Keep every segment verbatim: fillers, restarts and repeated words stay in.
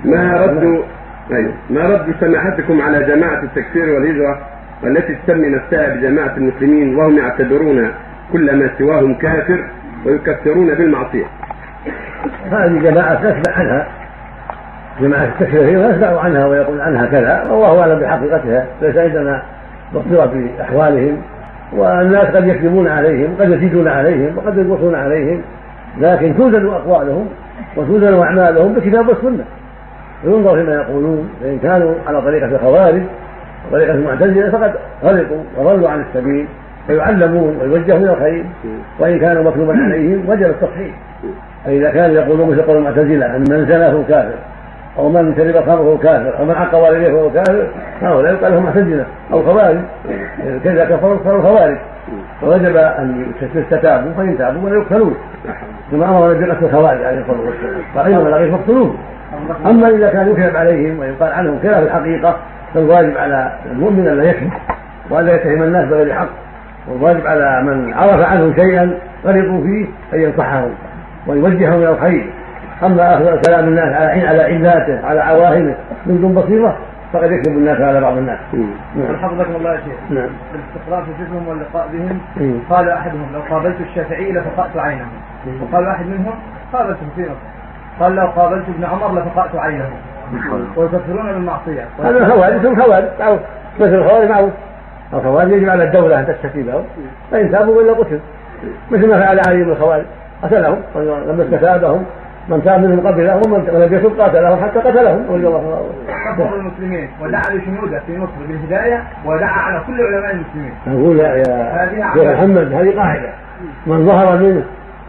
ما رد ما رد سماحتكم على جماعة التكفير والهجرة والتي تسمي نفسها بجماعة المسلمين وهم يعتبرون كل ما سواهم كافر ويكفرون بالمعصية؟ هذه جماعة نسمع عنها، جماعة التكفير نسمع عنها ويقول عنها كذا، والله أعلم بحقيقتها، ليس عندنا بصيرة في أحوالهم، والناس قد يكذبون عليهم وقد يزيدون عليهم وقد ينقصون عليهم، لكن توزن أقوالهم وتوزن أعمالهم بكتاب والسنة، وينظر فيما يقولون، فإن كانوا على طريقة الخوارج وطريقة المعتزلة فقد غلطوا وضلوا عن السبيل، فيعلمون ويوجهون إلى الخير، وإن كانوا مكتوبا عليهم وجب التصحيح. فإذا كانوا يقولون مثل قول المعتزلة أن من زنى فهو كافر، أو من شرب الخمر فهو كافر، أو من عق والديه فهو كافر، هؤلاء يقال لهم معتزلة أو خوارج، كذا كفروا صاروا خوارج، فوجب أن يستتابوا فإن تابوا ولا يقتلون، كما أمر بقتل الخوارج عليه الصلاة والسلام، فإنهم لا يقتلون. أما إذا كان يكذب عليهم ويقال عنهم خلاف الحقيقة فالواجب على المؤمن أن لا يكذب وألا يتهم الناس بغير حق، والواجب على من عرف عنه شيئا غلطوا فيه أن ينصحهم ويوجههم إلى الخير. أما أخذ كلام الناس على على علاته على عواهنه من دون بصيرة فقد يكذب الناس على بعض الناس. نعم. حفظكم الله يا شيخ. نعم. بالاستقرار في جسمهم واللقاء بهم قال أحدهم لو قابلت الشافعي لفقأت عينه، وقال واحد منهم قابلته في نصر قال لو قابلت ابن عمر لفقأت عينه، ويكفرون بالمعصية. هذا الخوارج هم خوارج معروف، مثل الخوارج معروف، الخوارج يجب على الدولة أن تستفيد لهم، فإن تابوا إلا قتل، مثل ما فعل علي بن الخوارج قتلهم لما استتابهم من تاب منهم قبلهم ومن لم يتب قاتلهم حتى قتلهم. كفر المسلمين ودعا لشنوده في مصر بالهداية ودعا على كل علماء المسلمين. نقول يا شيخ محمد هذه قاعدة، من ظهر منه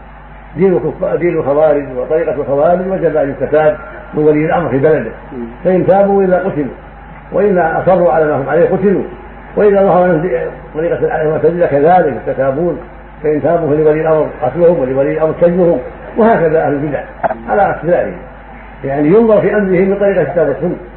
دين الخوارج وطريقة الخوارج وجب أن يستتاب من ولي الأمر في بلده، فإن تابوا إلا قتلوا، وإلا أصروا على ما هم عليه قتلوا، وإذا ظهر طريقة المعتزلة كذلك يستتابون، فإن تابوا فلولي الأمر قتلهم ولولي الأمر سجنهم، وهكذا أهل البدع على أخلاقهم، يعني ينظر في أمرهم من طريقة الكتاب والسنة.